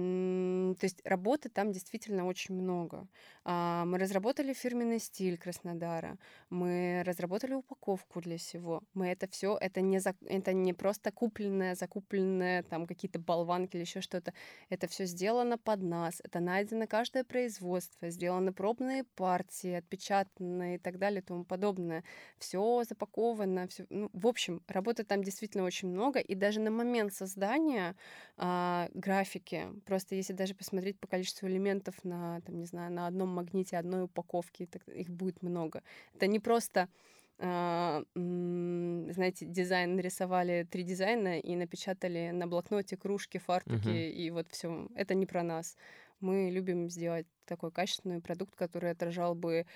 м, то есть работы там действительно очень много. А, мы разработали фирменный стиль Краснодара, мы разработали упаковку для всего. Мы это все, это не за- это не просто купленное, закупленное там какие-то болванки или еще что-то. Это все сделано под нас. Это найдено каждое производство, сделаны пробные партии, отпечатаны и так далее и тому подобное. Все запаковано, все. Ну, в общем, работы там действительно очень много, и даже на момент создания а, графики. Просто если даже посмотреть по количеству элементов на, там, не знаю, на одном магните одной упаковки, так, их будет много. Это не просто, а, м, знаете, дизайн, нарисовали три дизайна и напечатали на блокноте кружки, фартуки, Мгм. и вот все. Это не про нас. Мы любим сделать такой качественный продукт, который отражал бы,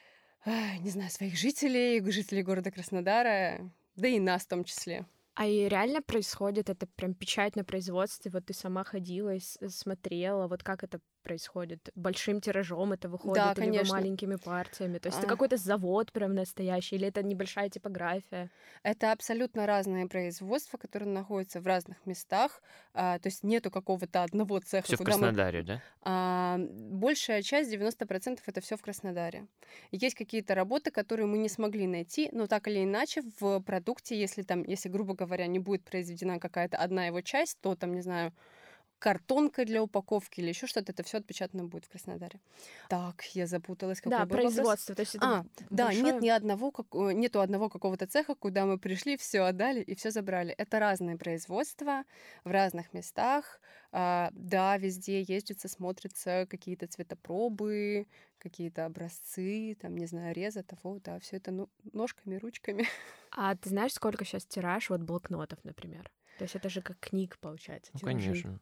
а, не знаю, своих жителей, жителей города Краснодара, да и нас в том числе. А и реально происходит это прям печать на производстве? Вот ты сама ходила и с- смотрела, вот как это происходит? Большим тиражом это выходит Да, или вы конечно. маленькими партиями? То есть это А, какой-то завод прям настоящий или это небольшая типография? Это абсолютно разные производства, которые находятся в разных местах. А, то есть нету какого-то одного цеха, Все в куда мы... Краснодаре, да? А, большая часть, девяносто процентов, это все в Краснодаре. Есть какие-то работы, которые мы не смогли найти, но так или иначе в продукте, если там, если, грубо говоря, не будет произведена какая-то одна его часть, то там, не знаю, картонка для упаковки или еще что-то, это все отпечатано будет в Краснодаре. Так, я запуталась, какой Да, был вопрос? производство. То есть это А, да, нет большое... ни одного, как- э, нету одного какого-то цеха, куда мы пришли, все отдали и все забрали. Это разные производства в разных местах. А, да, везде ездится, смотрится какие-то цветопробы, какие-то образцы, там, не знаю, реза того, да, все это ну, ножками, ручками. А ты знаешь, сколько сейчас тираж вот блокнотов, например? То есть это же как книг, получается, Ну, тиражи. конечно.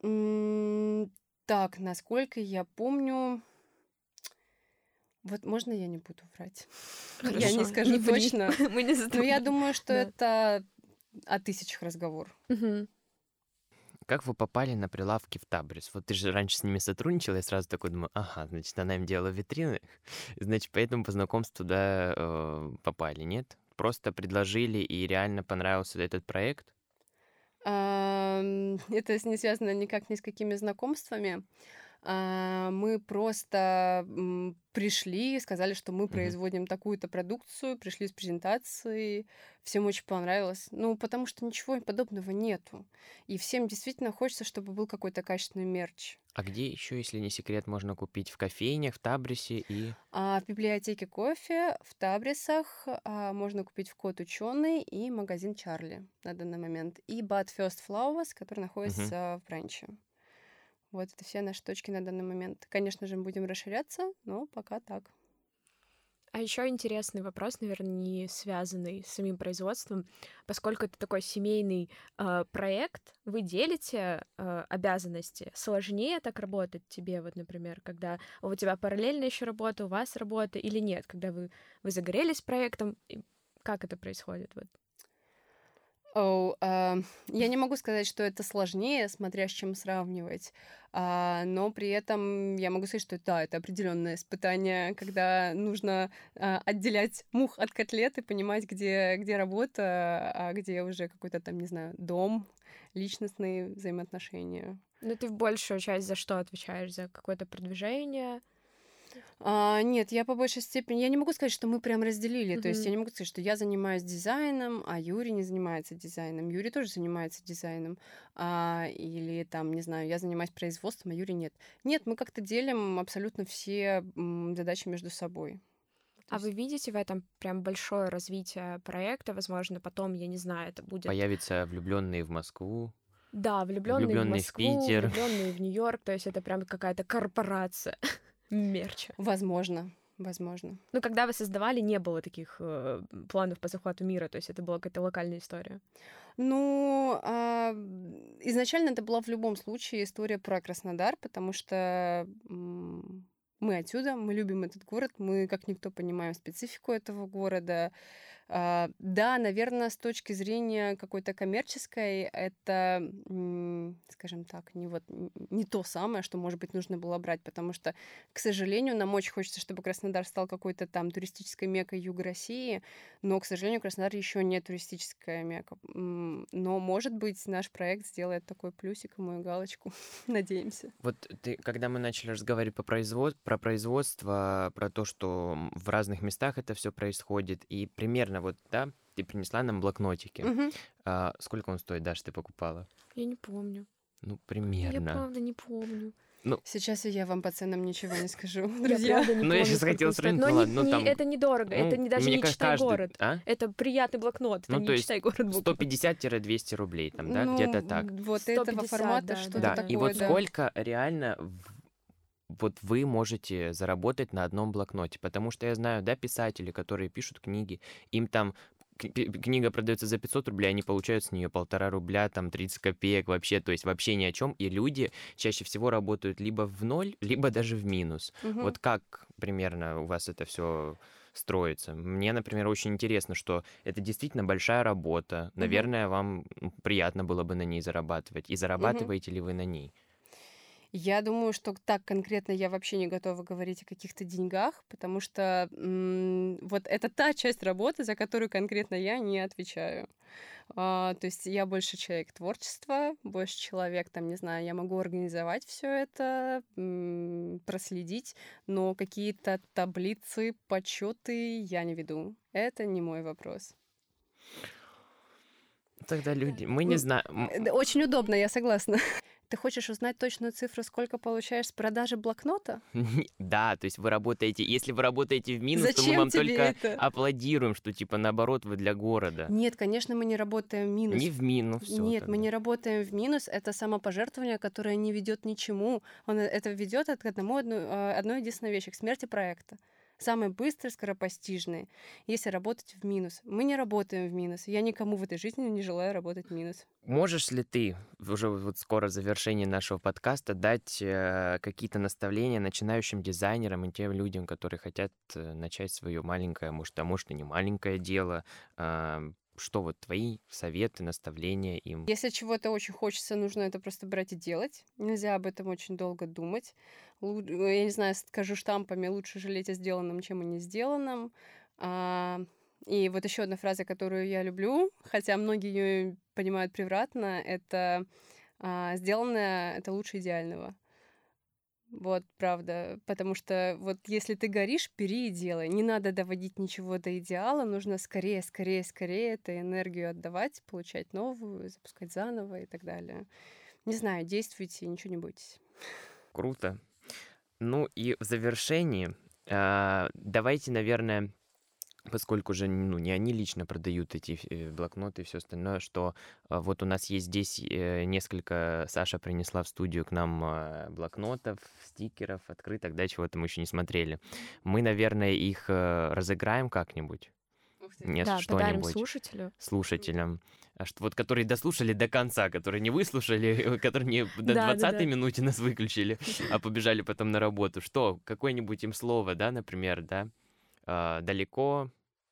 М, Так, насколько я помню, вот можно я не буду врать? Я не Хорошо, скажу не ври. точно. Мы не Но я задумали. думаю, что Да. это о тысячах разговор. Мгм. Как вы попали на прилавки в Табрис? Вот ты же раньше с ними сотрудничала, я сразу такой думаю, ага, значит, она им делала витрины, значит, поэтому по знакомству туда э, попали, нет? Просто предложили, и реально понравился этот проект? Ам, Это с- не связано никак ни с какими знакомствами. А, Мы просто м, пришли, сказали, что мы Мгм. производим такую-то продукцию, пришли с презентацией, всем очень понравилось. Ну, потому что ничего подобного нету. И всем действительно хочется, чтобы был какой-то качественный мерч. А где еще, если не секрет, можно купить? В кофейнях, в Табрисе и... А в библиотеке кофе, в Табрисах а, можно купить в Кот Ученый и магазин Чарли на данный момент. И But First Flowers, который Мгм. находится в Бранче. Вот это все наши точки на данный момент. Конечно же, мы будем расширяться, но пока так. А еще интересный вопрос, наверное, не связанный с самим производством, поскольку это такой семейный э, проект, вы делите э, обязанности. Сложнее так работать тебе, вот, например, когда у тебя параллельно еще работа, у вас работа или нет, когда вы, вы загорелись проектом, и как это происходит? Вот. Оу, а, я не могу сказать, что это сложнее, смотря с чем сравнивать, а, но при этом я могу сказать, что да, это определенное испытание, когда нужно а, отделять мух от котлет и понимать, где, где работа, а где уже какой-то там, не знаю, дом, личностные взаимоотношения. Ну, ты в большую часть за что отвечаешь? За какое-то продвижение? А, нет, я по большей степени... Я не могу сказать, что мы прям разделили. То есть Мгм. я не могу сказать, что я занимаюсь дизайном, а Юрий не занимается дизайном. Юрий тоже занимается дизайном. А, или там, не знаю, я занимаюсь производством, а Юрий нет. Нет, мы как-то делим абсолютно все м, задачи между собой. То А вы есть видите в этом прям большое развитие проекта? Возможно, потом, я не знаю, это будет, Появятся влюбленные в Москву, да, влюбленные в влюбленные в Москву, Питер. влюбленные в Нью-Йорк, то есть это прям какая-то корпорация мерча. возможно, возможно. Ну, когда вы создавали, не было таких э, планов по захвату мира, то есть это была какая-то локальная история. Ну, а, м, изначально это была в любом случае история про Краснодар, потому что м, мы отсюда, мы любим этот город, мы как никто понимаем специфику этого города. А, Да, наверное, с точки зрения какой-то коммерческой, это, м, скажем так, не вот н- не то самое, что, может быть, нужно было брать, потому что, к сожалению, нам очень хочется, чтобы Краснодар стал какой-то там туристической меккой Юга России, но, к сожалению, Краснодар еще не туристическая мекка. М, Но, может быть, наш проект сделает такой плюсик и мою галочку. Надеемся. Вот ты, когда мы начали разговаривать по производ... про производство, про то, что м, в разных местах это все происходит, и примерно вот, да, ты принесла нам блокнотики. Мгм. А, сколько он стоит, Даша, ты покупала? Я не помню. Ну, Я примерно. правда не помню. Сейчас и я вам по ценам ничего не скажу, Я друзья. правда не Ну, я помню, щас сколько хотел он стоит. сравнить, Но ну не- ладно, ну, не- там, это недорого, это Ну, не, даже мне не кажется, читай каждый... город. А? Это приятный блокнот, это Ну, не то есть читай город буквы. сто пятьдесят двести рублей, там, да, Ну, где-то так. вот сто этого пятьдесят, формата да, что-то Да, да. и такое, вот да. сколько реально в- вот вы можете заработать на одном блокноте, потому что я знаю, да, писатели, которые пишут книги, им там к- пи- книга продается за пятьсот рублей, они получают с нее полтора рубля, там тридцать копеек вообще, то есть вообще ни о чем, и люди чаще всего работают либо в ноль, либо даже в минус. Мгм. Вот как примерно у вас это все строится? Мне, например, очень интересно, что это действительно большая работа. Мгм. Наверное, вам м, приятно было бы на ней зарабатывать. И Мгм. зарабатываете ли вы на ней? Я думаю, что так конкретно я вообще не готова говорить о каких-то деньгах, потому что м, вот это та часть работы, за которую конкретно я не отвечаю. А, то есть я больше человек творчества, больше человек, там, не знаю, я могу организовать все это, м, проследить, но какие-то таблицы, подсчеты я не веду. Это не мой вопрос. Тогда люди, мы не М, знаем. э, да, Очень удобно, я согласна. Ты хочешь узнать точную цифру, сколько получаешь с продажи блокнота? Да, то есть вы работаете, если вы работаете в минус, то мы Зачем вам тебе только это? аплодируем, что типа наоборот вы для города. Нет, конечно, мы не работаем в минус. Не в минус, все Нет, мы не работаем в минус. Это самопожертвование, которое не ведет ни к чему. Он, э, это ведет к одному одну, э, одной единственной вещи, к смерти проекта. Самый быстрый, скоропостижный, если работать в минус. Мы не работаем в минус. Я никому в этой жизни не желаю работать в минус. Можешь ли ты, уже вот скоро в завершении нашего подкаста, дать э, какие-то наставления начинающим дизайнерам и тем людям, которые хотят э, начать свое маленькое, может, а может и не маленькое дело? а, Что вот твои советы, наставления им? Если чего-то очень хочется, нужно это просто брать и делать. Нельзя об этом очень долго думать. Лу- Я не знаю, скажу штампами, лучше жалеть о сделанном, чем о не сделанном. А, И вот еще одна фраза, которую я люблю, хотя многие ее понимают превратно, это а, «сделанное — это лучше идеального». Вот, правда. Потому что вот если ты горишь, бери и делай. Не надо доводить ничего до идеала. Нужно скорее, скорее, скорее эту энергию отдавать, получать новую, запускать заново и так далее. Не знаю, действуйте, ничего не бойтесь. Круто. Ну и в завершении а, давайте, наверное, поскольку же ну, не они лично продают эти э, блокноты и все остальное, что а, вот у нас есть здесь э, несколько, Саша принесла в студию к нам а, блокнотов, стикеров, открыток, да, чего-то мы еще не смотрели. Мы, наверное, их э, разыграем как-нибудь. Нет, Да, подарим что-нибудь слушателю. слушателям. А что, вот которые дослушали до конца, которые не выслушали, которые не до Да, да, двадцатой да. минуте нас выключили, а побежали потом на работу. Что, какое-нибудь им слово, да, например, да, а, далеко,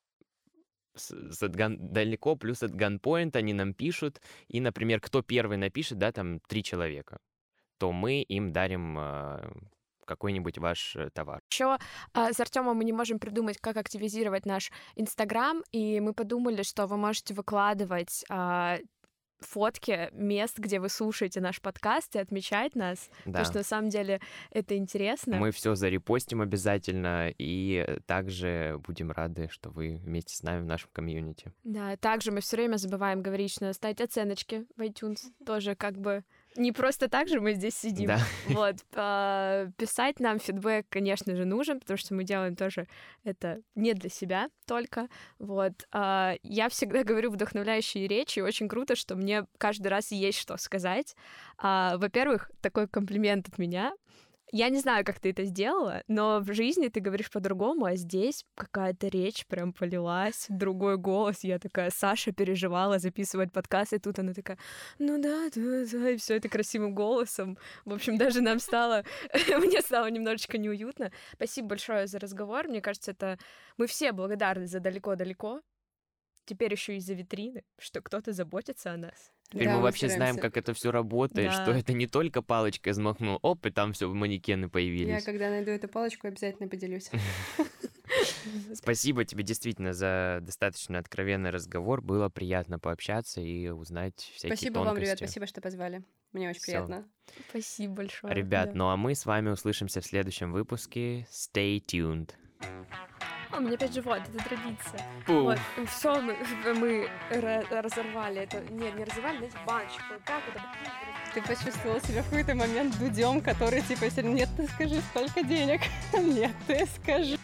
с, с от ган- далеко плюс от ганпоинт они нам пишут, и, например, кто первый напишет, да, там три человека, то мы им дарим а, какой-нибудь ваш э, товар. Еще а, с Артемом мы не можем придумать, как активизировать наш Инстаграм, и мы подумали, что вы можете выкладывать а, фотки мест, где вы слушаете наш подкаст, и отмечать нас, Да. потому что на самом деле это интересно. Мы все зарепостим обязательно, и э, также будем рады, что вы вместе с нами в нашем комьюнити. Да, также мы все время забываем говорить, что надо ставить оценочки в iTunes. Тоже как бы не просто так же мы здесь сидим. Да. Вот, а, писать нам фидбэк, конечно же, нужен, потому что мы делаем тоже это не для себя только. Вот, а, я всегда говорю вдохновляющие речи, и очень круто, что мне каждый раз есть что сказать. А, во-первых, такой комплимент от меня. Я не знаю, как ты это сделала, но в жизни ты говоришь по-другому, а здесь какая-то речь прям полилась, другой голос. Я такая, Саша переживала записывать подкаст, и тут она такая, ну да, да, да, и все это красивым голосом. В общем, даже нам стало, мне стало немножечко неуютно. Спасибо большое за разговор. Мне кажется, это мы все благодарны за далеко-далеко. Теперь еще и за витрины, что кто-то заботится о нас. Теперь Да, мы мы вообще знаем, стараемся. как это все работает, Да. что это не только палочкой взмахнул, оп, и там все манекены Я, появились. когда найду эту палочку, обязательно поделюсь. Спасибо тебе действительно за достаточно откровенный разговор. Было приятно пообщаться и узнать всякие Спасибо вам, ребят, тонкости. спасибо, что позвали. Мне очень Всё. приятно. Спасибо большое. Ребят, Да. ну а мы с вами услышимся в следующем выпуске. Stay tuned. А, у меня опять живот, это традиция. Фу. Вот, все, мы, мы ра- разорвали это. Нет, не разорвали, знаете, баночку. Вот так вот. Ты почувствовал себя в какой-то момент дудем, который типа, если нет, ты скажи, сколько денег. Нет, ты скажи.